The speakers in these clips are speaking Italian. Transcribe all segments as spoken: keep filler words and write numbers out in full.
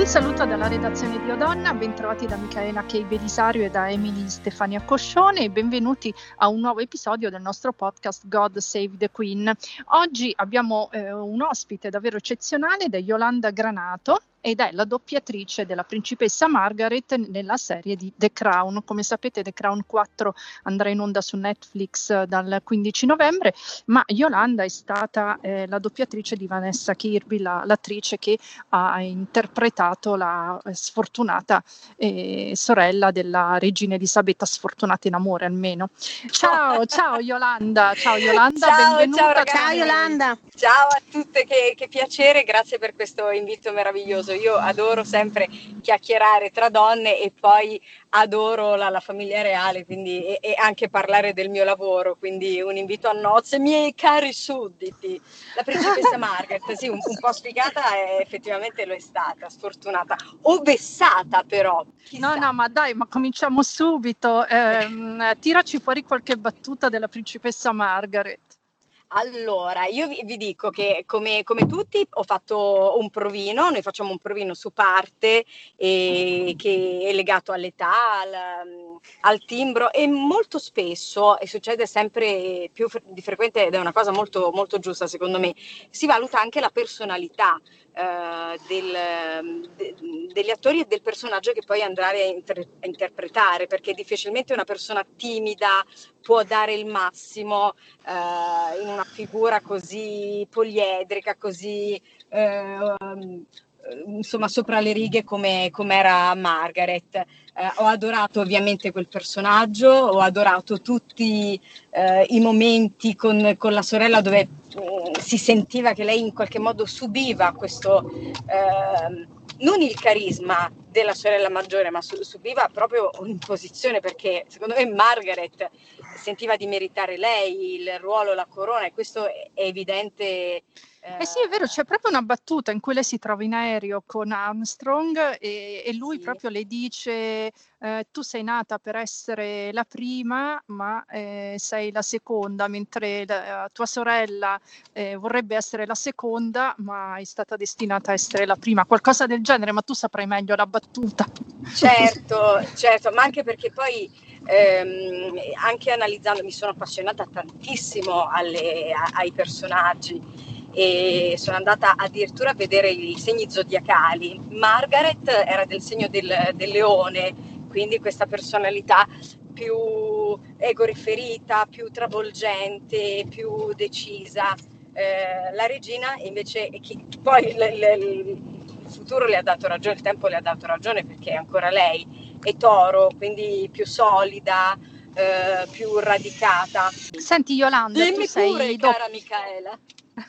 Un saluto dalla redazione di Odonna, bentrovati da Micaela Kei Belisario e da Emily Stefania Coscione e benvenuti a un nuovo episodio del nostro podcast God Save the Queen. Oggi abbiamo eh, un ospite davvero eccezionale ed è Yolanda Granato ed è la doppiatrice della principessa Margaret nella serie di The Crown. Come sapete The Crown quattro andrà in onda su Netflix dal quindici novembre, ma Yolanda è stata eh, la doppiatrice di Vanessa Kirby, la, l'attrice che ha interpretato la sfortunata eh, sorella della regina Elisabetta, sfortunata in amore almeno. Ciao, ciao Yolanda, ciao Yolanda, ciao, benvenuta. Ciao, ragazzi. Ciao Yolanda. Ciao a tutte, che, che piacere, grazie per questo invito meraviglioso. Io adoro sempre chiacchierare tra donne e poi adoro la, la famiglia reale, quindi, e, e anche parlare del mio lavoro, quindi un invito a nozze, miei cari sudditi. La principessa Margaret, sì, un, un po' sfigata e effettivamente lo è stata, sfortunata, o vessata però. No, no, ma dai, ma cominciamo subito. Eh, tiraci fuori qualche battuta della principessa Margaret. Allora, io vi, vi dico che come, come tutti ho fatto un provino, noi facciamo un provino su parte e, che è legato all'età, al, al timbro e molto spesso, e succede sempre più fre- di frequente ed è una cosa molto, molto giusta secondo me, si valuta anche la personalità eh, del, de, degli attori e del personaggio che poi andare a, inter- a interpretare, perché difficilmente una persona timida può dare il massimo Uh, in una figura così poliedrica, così uh, insomma sopra le righe come, come era Margaret. Uh, ho adorato ovviamente quel personaggio, ho adorato tutti uh, i momenti con, con la sorella dove uh, si sentiva che lei in qualche modo subiva questo uh, non il carisma della sorella maggiore, ma subiva proprio un'imposizione, perché secondo me Margaret sentiva di meritare lei il ruolo, la corona, e questo è evidente. Eh, eh sì, è vero, c'è proprio una battuta in cui lei si trova in aereo con Armstrong e, e lui sì. proprio le dice eh, tu sei nata per essere la prima, ma eh, sei la seconda, mentre la, tua sorella eh, vorrebbe essere la seconda, ma è stata destinata a essere la prima, qualcosa del genere, ma tu saprai meglio la battuta. Certo, certo, ma anche perché poi ehm, anche analizzando mi sono appassionata tantissimo alle, a, ai personaggi e sono andata addirittura a vedere i segni zodiacali. Margaret era del segno del, del leone, quindi questa personalità più egoriferita, più travolgente, più decisa. Eh, la regina invece, chi, poi l, l, il futuro le ha dato ragione, il tempo le ha dato ragione, perché ancora lei è toro, quindi più solida, eh, più radicata. Senti Yolanda, Dimmi tu sei pure, do- cara Micaela.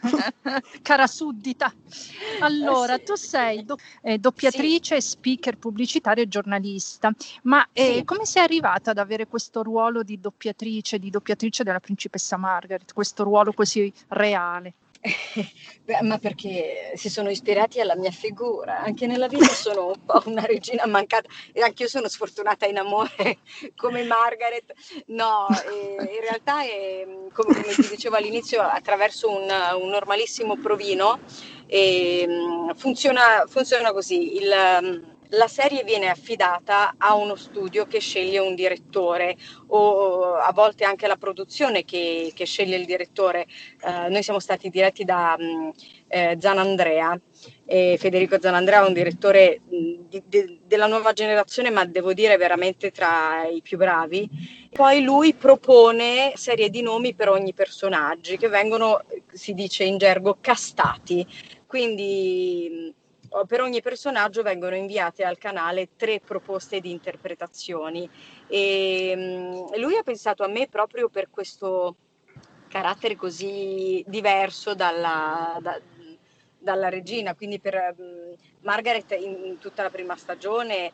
cara suddita. Allora, Eh sì. tu sei do- eh, doppiatrice, Sì. speaker pubblicitaria e giornalista, ma eh, Sì. come sei arrivata ad avere questo ruolo di doppiatrice, di doppiatrice della principessa Margaret, questo ruolo così reale? Beh, ma perché si sono ispirati alla mia figura, anche nella vita sono un po' una regina mancata e anche io sono sfortunata in amore come Margaret. No, eh, in realtà è, come, come ti dicevo all'inizio, attraverso un, un normalissimo provino e, funziona, funziona così. Il, la serie viene affidata a uno studio che sceglie un direttore o a volte anche la produzione che, che sceglie il direttore. Uh, noi siamo stati diretti da um, eh, Zanandrea, e Federico Zanandrea è un direttore mh, di, di, della nuova generazione, ma devo dire veramente tra i più bravi. Poi lui propone serie di nomi per ogni personaggio che vengono, si dice in gergo, castati. Quindi mh, per ogni personaggio vengono inviate al canale tre proposte di interpretazioni e mh, lui ha pensato a me proprio per questo carattere così diverso dalla, da, dalla regina, quindi per um, Margaret in, in tutta la prima stagione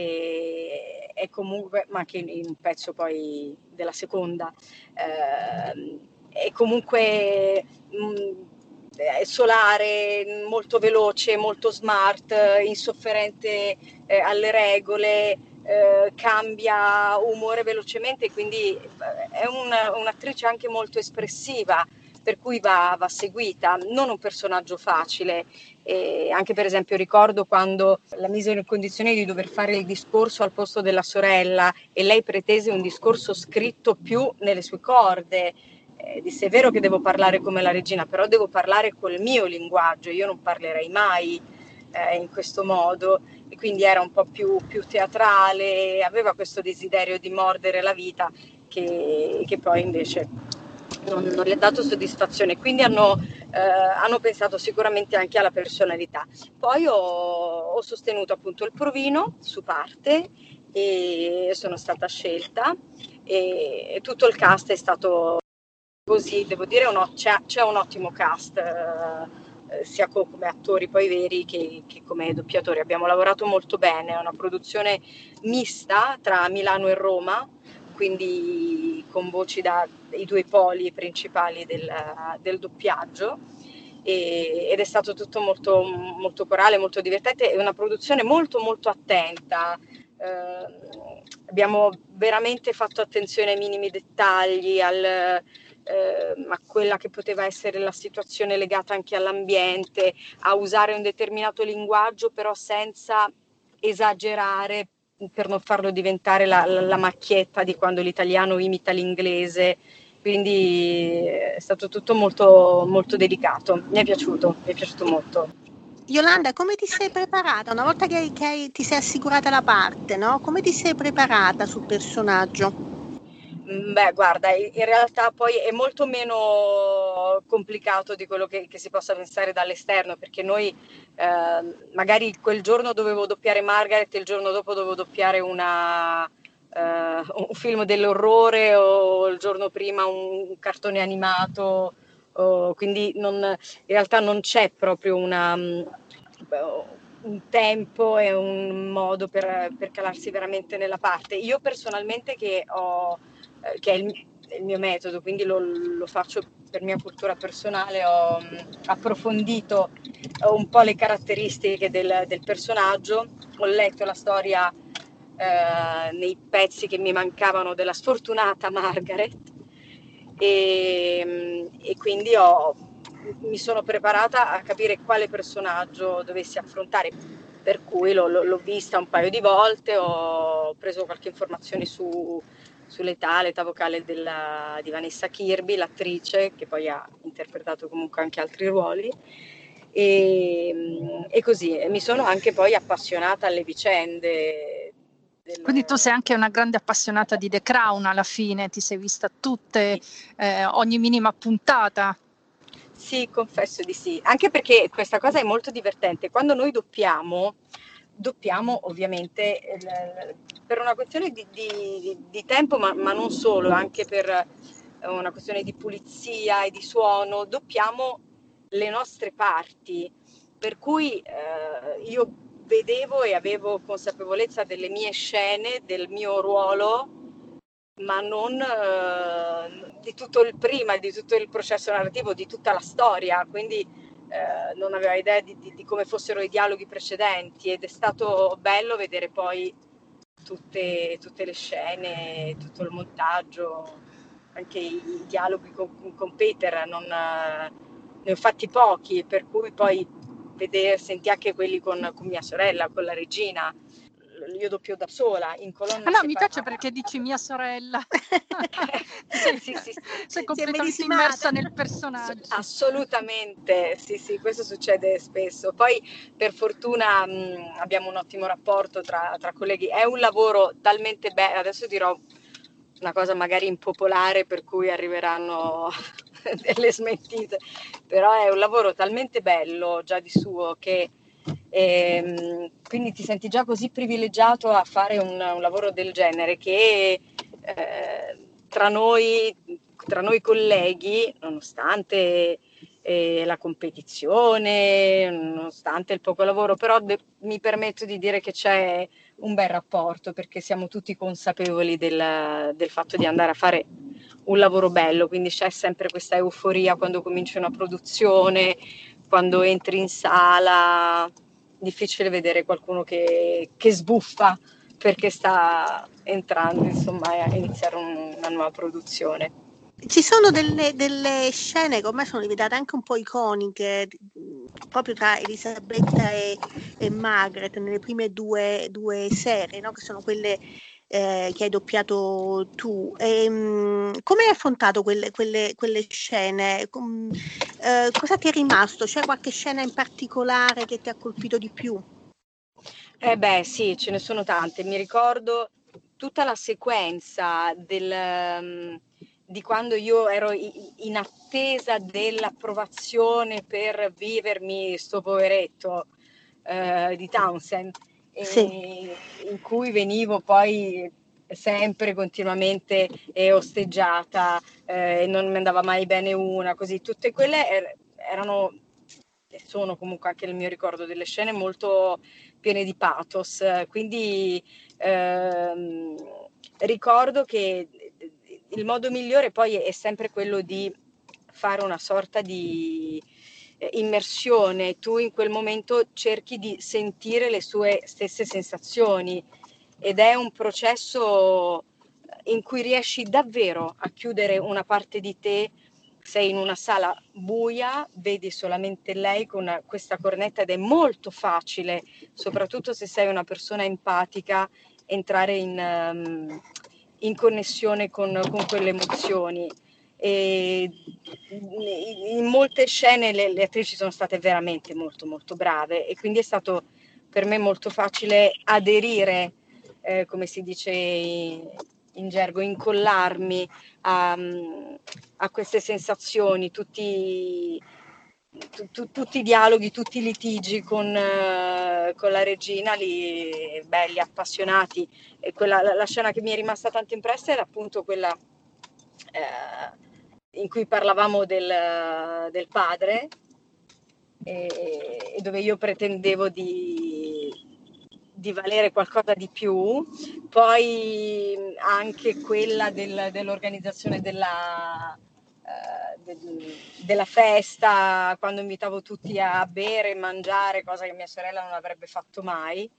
e, e comunque, ma anche in, in un pezzo poi della seconda, eh, è comunque mh, è solare, molto veloce, molto smart, insofferente eh, alle regole, eh, cambia umore velocemente, quindi è una, un'attrice anche molto espressiva, per cui va, va seguita, non un personaggio facile. E anche per esempio ricordo quando la misero in condizione di dover fare il discorso al posto della sorella e lei pretese un discorso scritto più nelle sue corde. Eh, disse: è vero che devo parlare come la regina, però devo parlare col mio linguaggio, io non parlerei mai eh, in questo modo. E quindi era un po' più, più teatrale, aveva questo desiderio di mordere la vita che, che poi invece non, non gli ha dato soddisfazione, quindi hanno, eh, hanno pensato sicuramente anche alla personalità. Poi ho, ho sostenuto appunto il provino su parte e sono stata scelta, e, e tutto il cast è stato così, devo dire, uno, c'è, c'è un ottimo cast, eh, sia co- come attori poi veri che, che come doppiatori. Abbiamo lavorato molto bene, è una produzione mista tra Milano e Roma, quindi con voci dai due poli principali del, del doppiaggio, e, ed è stato tutto molto, molto corale, molto divertente, è una produzione molto molto attenta. Eh, abbiamo veramente fatto attenzione ai minimi dettagli, al, eh, a quella che poteva essere la situazione legata anche all'ambiente, a usare un determinato linguaggio però senza esagerare, per non farlo diventare la, la, la macchietta di quando l'italiano imita l'inglese. Quindi è stato tutto molto, molto delicato. Mi è piaciuto, mi è piaciuto molto. Yolanda, come ti sei preparata? Una volta che, che ti sei assicurata la parte, no? Come ti sei preparata sul personaggio? Beh, guarda, in realtà poi è molto meno complicato di quello che, che si possa pensare dall'esterno, perché noi eh, magari quel giorno dovevo doppiare Margaret e il giorno dopo dovevo doppiare una, eh, un film dell'orrore, o il giorno prima un cartone animato, o, quindi non, in realtà non c'è proprio una, un tempo e un modo per, per calarsi veramente nella parte. Io personalmente che ho che è il, il mio metodo, quindi lo, lo faccio per mia cultura personale, ho mh, approfondito un po' le caratteristiche del, del personaggio, ho letto la storia eh, nei pezzi che mi mancavano della sfortunata Margaret, e, e quindi ho, mi sono preparata a capire quale personaggio dovessi affrontare, per cui l'ho, l'ho vista un paio di volte, ho preso qualche informazione su sull'età, l'età vocale della, di Vanessa Kirby, l'attrice, che poi ha interpretato comunque anche altri ruoli. E, e così e mi sono anche poi appassionata alle vicende. Del... Quindi tu sei anche una grande appassionata di The Crown alla fine, ti sei vista tutte, eh, ogni minima puntata. Sì, confesso di sì, anche perché questa cosa è molto divertente. Quando noi doppiamo, doppiamo ovviamente eh, per una questione di, di, di tempo, ma, ma non solo, anche per una questione di pulizia e di suono, doppiamo le nostre parti, per cui eh, io vedevo e avevo consapevolezza delle mie scene, del mio ruolo, ma non eh, di tutto il prima, di tutto il processo narrativo, di tutta la storia, quindi eh, non aveva idea di, di, di come fossero i dialoghi precedenti, ed è stato bello vedere poi tutte, tutte le scene, tutto il montaggio, anche i, i dialoghi con, con Peter, non, ne ho fatti pochi, per cui poi vedere, senti anche quelli con, con mia sorella, con la regina. Io doppio da sola in colonna. Ah no, mi piace perché dici mia sorella. sì, sì, sì, sì. Sei completamente immersa nel personaggio. Assolutamente, sì, sì, questo succede spesso. Poi per fortuna mh, abbiamo un ottimo rapporto tra, tra colleghi. È un lavoro talmente bello, adesso dirò una cosa magari impopolare per cui arriveranno delle smentite, però è un lavoro talmente bello già di suo che e, quindi ti senti già così privilegiato a fare un, un lavoro del genere che eh, tra noi, tra noi colleghi, nonostante eh, la competizione, nonostante il poco lavoro, però de- mi permetto di dire che c'è un bel rapporto, perché siamo tutti consapevoli del, del fatto di andare a fare un lavoro bello, quindi c'è sempre questa euforia quando comincia una produzione, quando entri in sala. Difficile vedere qualcuno che, che sbuffa perché sta entrando, insomma, a iniziare un, una nuova produzione. Ci sono delle, delle scene che ormai sono diventate anche un po' iconiche, proprio tra Elisabetta e, e Margaret nelle prime due, due serie, no? Che sono quelle eh, che hai doppiato tu. E, mh, come hai affrontato quelle, quelle, quelle scene? Com- eh, cosa ti è rimasto? C'è qualche scena in particolare che ti ha colpito di più? Eh beh, sì, ce ne sono tante. Mi ricordo tutta la sequenza del, um, di quando io ero i- in attesa dell'approvazione per vivermi sto poveretto eh, di Townsend, Sì. e in cui venivo poi sempre continuamente eh, osteggiata, eh, e non mi andava mai bene una, così. Tutte quelle er- erano, e sono comunque anche il mio ricordo, delle scene molto piene di pathos, quindi ehm, ricordo che il modo migliore poi è sempre quello di fare una sorta di eh, immersione. Tu in quel momento cerchi di sentire le sue stesse sensazioni ed è un processo in cui riesci davvero a chiudere una parte di te. Sei in una sala buia, vedi solamente lei con questa cornetta ed è molto facile, soprattutto se sei una persona empatica, entrare in, um, in connessione con, con quelle emozioni. E in molte scene le, le attrici sono state veramente molto molto brave e quindi è stato per me molto facile aderire, eh, come si dice in, in gergo, incollarmi a, a queste sensazioni, tutti, tu, tu, tutti i dialoghi, tutti i litigi con, uh, con la regina, li, belli, appassionati. E quella, la, la scena che mi è rimasta tanto impressa era appunto quella eh, in cui parlavamo del, del padre e, e dove io pretendevo di, di valere qualcosa di più. Poi anche quella del, dell'organizzazione della, eh, del, della festa, quando invitavo tutti a bere e mangiare, cosa che mia sorella non avrebbe fatto mai.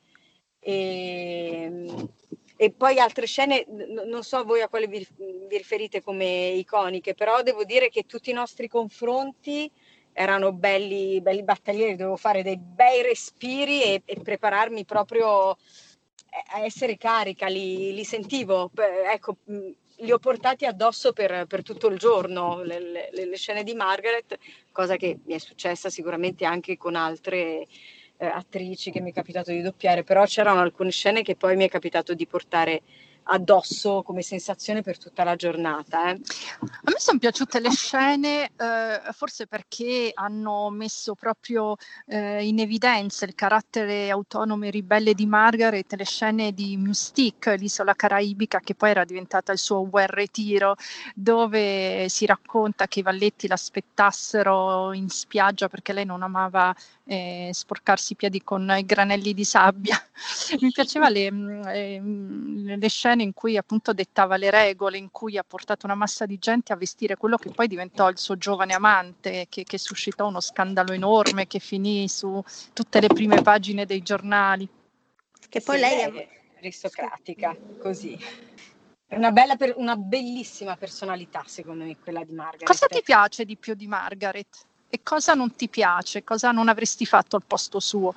E, e poi altre scene, n- non so voi a quale vi, vi riferite come iconiche, però devo dire che tutti i nostri confronti erano belli, belli battaglieri, dovevo fare dei bei respiri e, e prepararmi proprio a essere carica, li, li sentivo, ecco, li ho portati addosso per, per tutto il giorno, le, le, le scene di Margaret, cosa che mi è successa sicuramente anche con altre eh, attrici che mi è capitato di doppiare, però c'erano alcune scene che poi mi è capitato di portare addosso come sensazione per tutta la giornata. Eh. A me sono piaciute le scene, eh, forse perché hanno messo proprio eh, in evidenza il carattere autonomo e ribelle di Margaret, le scene di Mystique, l'isola caraibica, che poi era diventata il suo bel ritiro, dove si racconta che i valletti l'aspettassero in spiaggia perché lei non amava eh, sporcarsi i piedi con i granelli di sabbia. Mi piaceva le, eh, le scene in cui appunto dettava le regole, in cui ha portato una massa di gente a vestire quello che poi diventò il suo giovane amante, che, che suscitò uno scandalo enorme, che finì su tutte le prime pagine dei giornali. Che Sì, poi lei è lei è aristocratica, così. È una, bella per, una bellissima personalità, secondo me, quella di Margaret. Cosa ti piace di più di Margaret? E cosa non ti piace? Cosa non avresti fatto al posto suo?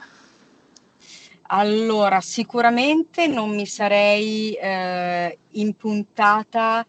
Allora, sicuramente non mi sarei eh, impuntata,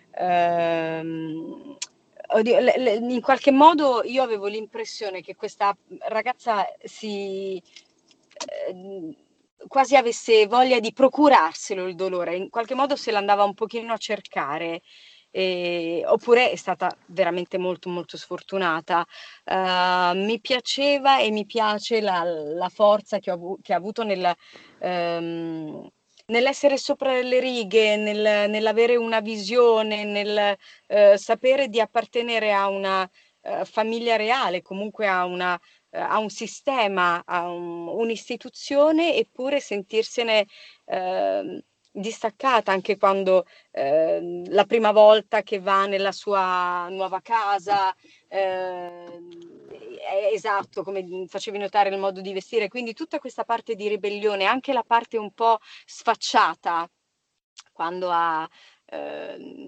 ehm, oddio, le- le- in qualche modo io avevo l'impressione che questa ragazza si eh, quasi avesse voglia di procurarselo il dolore, in qualche modo se l'andava un pochino a cercare. Eh, oppure è stata veramente molto molto sfortunata. Uh, mi piaceva e mi piace la, la forza che, ho, che ha avuto nel, um, nell'essere sopra le righe, nel, nell'avere una visione, nel uh, sapere di appartenere a una uh, famiglia reale, comunque a, una, uh, a un sistema, a un, un'istituzione, eppure sentirsene uh, distaccata anche quando uh, la prima volta che va nella sua nuova casa. Eh, è esatto, come facevi notare, il modo di vestire, quindi tutta questa parte di ribellione, anche la parte un po' sfacciata, quando ha, eh,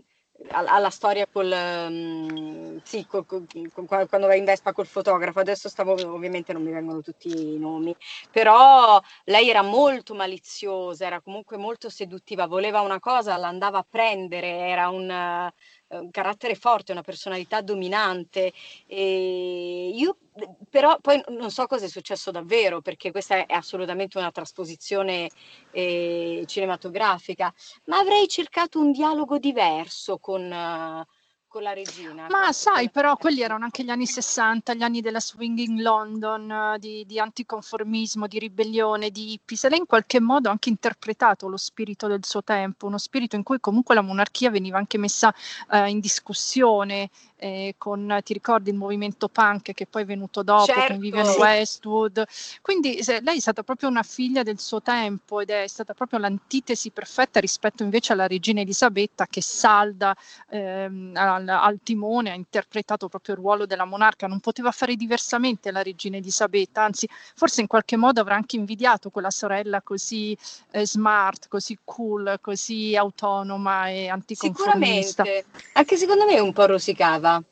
alla storia col um, sì, col, col, col, quando va in Vespa col fotografo. Adesso stavo, ovviamente non mi vengono tutti i nomi, però lei era molto maliziosa, era comunque molto seduttiva, voleva una cosa, l'andava a prendere, era un, uh, un carattere forte, una personalità dominante. E io però poi non so cosa è successo davvero, perché questa è assolutamente una trasposizione eh, cinematografica, ma avrei cercato un dialogo diverso con, uh, con la regina. Ma con, sai, con però la... quelli erano anche gli anni sessanta, gli anni della swinging London, eh, di, di anticonformismo, di ribellione, di hippies. E lei in qualche modo ha anche interpretato lo spirito del suo tempo, uno spirito in cui comunque la monarchia veniva anche messa eh, in discussione, eh, con, ti ricordi, il movimento punk che poi è venuto dopo, con Vivienne Certo, Westwood. Quindi se, lei è stata proprio una figlia del suo tempo ed è stata proprio l'antitesi perfetta rispetto invece alla regina Elisabetta, che salda ehm, al, al timone, ha interpretato proprio il ruolo della monarca. Non poteva fare diversamente la regina Elisabetta, anzi forse in qualche modo avrà anche invidiato quella sorella così eh, smart, così cool, così autonoma e anticonformista. sicuramente. Anche secondo me un po' rosicava.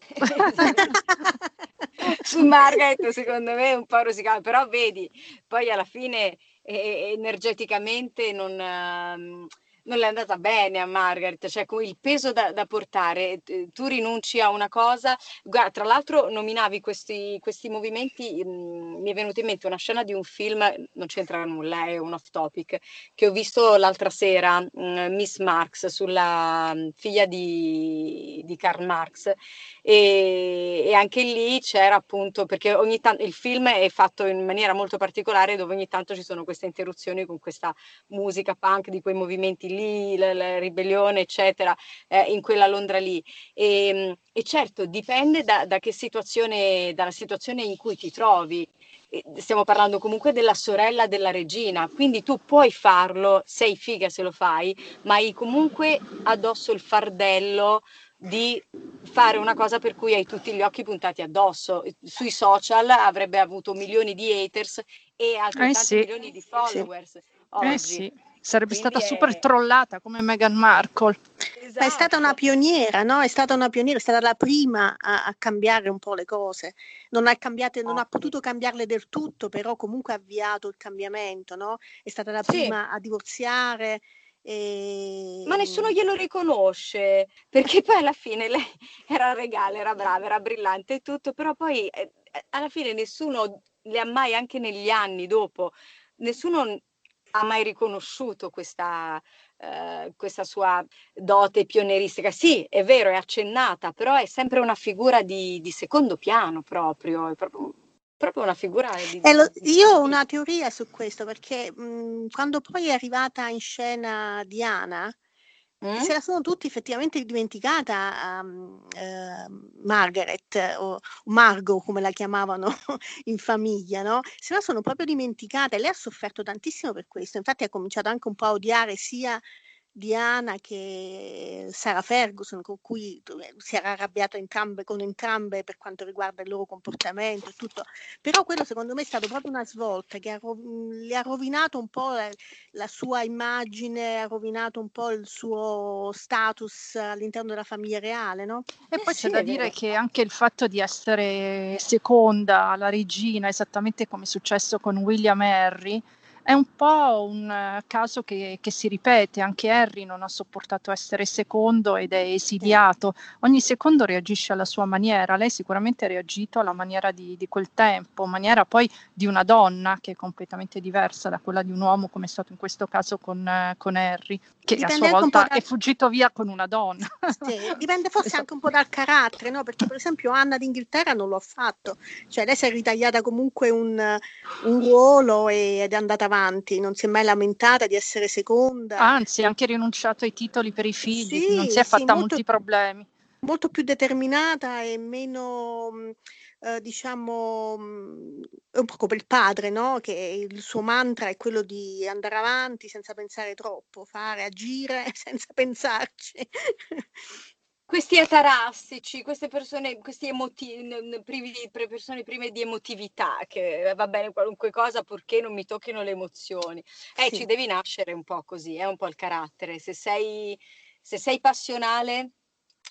Su Margaret secondo me un po' rosicava, però vedi, poi alla fine eh, energeticamente non, ehm, non le è andata bene a Margaret, cioè con il peso da, da portare, eh, tu rinunci a una cosa. Guarda, tra l'altro nominavi questi, questi movimenti, mh, mi è venuta in mente una scena di un film, non c'entra nulla, è un off topic, che ho visto l'altra sera, mh, Miss Marx, sulla mh, figlia di, di Karl Marx, e, e anche lì c'era appunto, perché ogni tanto il film è fatto in maniera molto particolare, dove ogni tanto ci sono queste interruzioni con questa musica punk di quei movimenti lì, la, la ribellione eccetera, eh, in quella Londra lì. E, e certo dipende da, da che situazione, dalla situazione in cui ti trovi. Stiamo parlando comunque della sorella della regina, quindi tu puoi farlo, sei figa se lo fai, ma hai comunque addosso il fardello di fare una cosa per cui hai tutti gli occhi puntati addosso. Sui social avrebbe avuto milioni di haters e Eh altrettanti sì, milioni di Sì. followers eh oggi. sì, sarebbe Quindi stata super è trollata come Meghan Markle. Ma è stata una esatto. pioniera, no? È stata una pioniera, è stata la prima a, a cambiare un po' le cose. Non ha cambiate, non ha potuto cambiarle del tutto, però comunque ha avviato il cambiamento, no? È stata la Sì, prima a divorziare. ma nessuno E... glielo riconosce, perché poi alla fine lei era regale, era brava, era brillante e tutto, però poi eh, alla fine nessuno le ha mai, anche negli anni dopo, nessuno ha mai riconosciuto questa, eh, questa sua dote pionieristica. Sì, è vero, è accennata, però è sempre una figura di, di secondo piano proprio, è proprio, proprio una figura di... E lo- di- io ho una teoria su questo, perché mh, quando poi è arrivata in scena Diana, Mm? se la sono tutti effettivamente dimenticata um, eh, Margaret o Margot come la chiamavano in famiglia, no? Se la sono proprio dimenticata e lei ha sofferto tantissimo per questo. Infatti ha cominciato anche un po' a odiare sia Diana che Sarah Ferguson, con cui si era arrabbiato entrambe, con entrambe per quanto riguarda il loro comportamento e tutto. Però quello secondo me è stato proprio una svolta che ha, le ha rovinato un po' la, la sua immagine, ha rovinato un po' il suo status all'interno della famiglia reale, no? E Eh poi c'è sì, da è dire vero. che anche il fatto di essere seconda alla regina, esattamente come è successo con William e Harry, è un po' un eh, caso che, che si ripete. Anche Harry non ha sopportato essere secondo ed è Eh. esiliato. Ogni secondo reagisce alla sua maniera. Lei sicuramente ha reagito alla maniera di, di quel tempo, maniera poi di una donna che è completamente diversa da quella di un uomo, come è stato in questo caso con, eh, con Harry, che a Dipende sua anche un po' volta è dal... fuggito via con una donna. Sì, dipende forse anche un po' dal carattere, no? Perché per esempio Anna d'Inghilterra non lo ha fatto, cioè lei si è ritagliata comunque un, un ruolo e- ed è andata avanti, non si è mai lamentata di essere seconda. Anzi, ha anche rinunciato ai titoli per i figli, non si Sì, è sì, fatta molto, molti problemi. molto più determinata e meno, mh, eh, diciamo, mh, un po' come il padre, no? Che il suo mantra è quello di andare avanti senza pensare troppo, fare, agire senza pensarci. Questi atarassici, queste persone, questi emoti- n- n- privi di pre- persone prive di emotività, che va bene qualunque cosa purché non mi tocchino le emozioni. Eh, ci Sì. devi nascere un po' così, è un po' il carattere. Se sei, se sei passionale,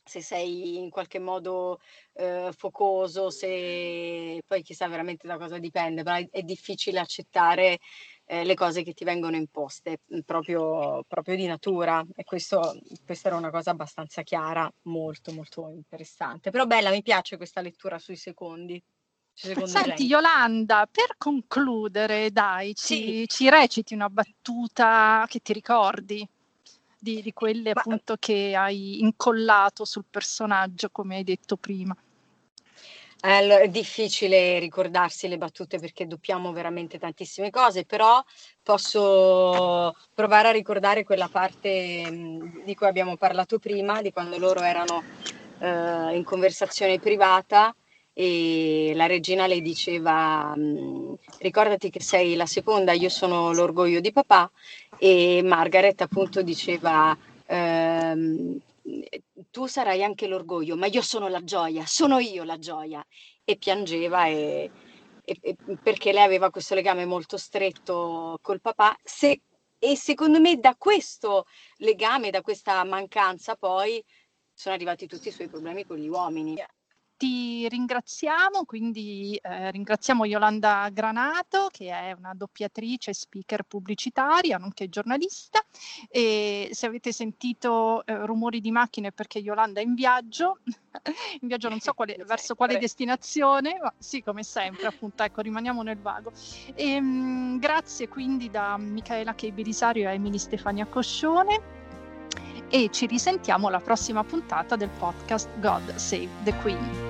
se sei in qualche modo eh, focoso, se poi chissà veramente da cosa dipende, però è, è difficile accettare eh, le cose che ti vengono imposte proprio, proprio di natura, e questo, questa era una cosa abbastanza chiara, molto molto interessante. Però bella, mi piace questa lettura sui secondi. sui Senti secondogeniti. Yolanda, per concludere, dai, Sì, ci, ci reciti una battuta che ti ricordi di, di quelle ma appunto che hai incollato sul personaggio, come hai detto prima. Allora, è difficile ricordarsi le battute perché doppiamo veramente tantissime cose, però posso provare a ricordare quella parte mh, di cui abbiamo parlato prima, di quando loro erano eh, in conversazione privata e la regina le diceva mh, ricordati che sei la seconda, io sono l'orgoglio di papà, e Margaret appunto diceva ehm, tu sarai anche l'orgoglio, ma io sono la gioia, sono io la gioia. E piangeva e, e- e perché lei aveva questo legame molto stretto col papà. Se- e secondo me da questo legame, da questa mancanza, poi sono arrivati tutti i suoi problemi con gli uomini. Ti ringraziamo, quindi eh, ringraziamo Yolanda Granato, che è una doppiatrice e speaker pubblicitaria, nonché giornalista, e se avete sentito eh, rumori di macchine perché Yolanda è in viaggio, in viaggio non so quale, verso quale destinazione, ma sì, come sempre, appunto, ecco, rimaniamo nel vago. E, mh, grazie quindi da Micaela Kei Belisario e Emily Stefania Coscione, e ci risentiamo alla prossima puntata del podcast God Save the Queen.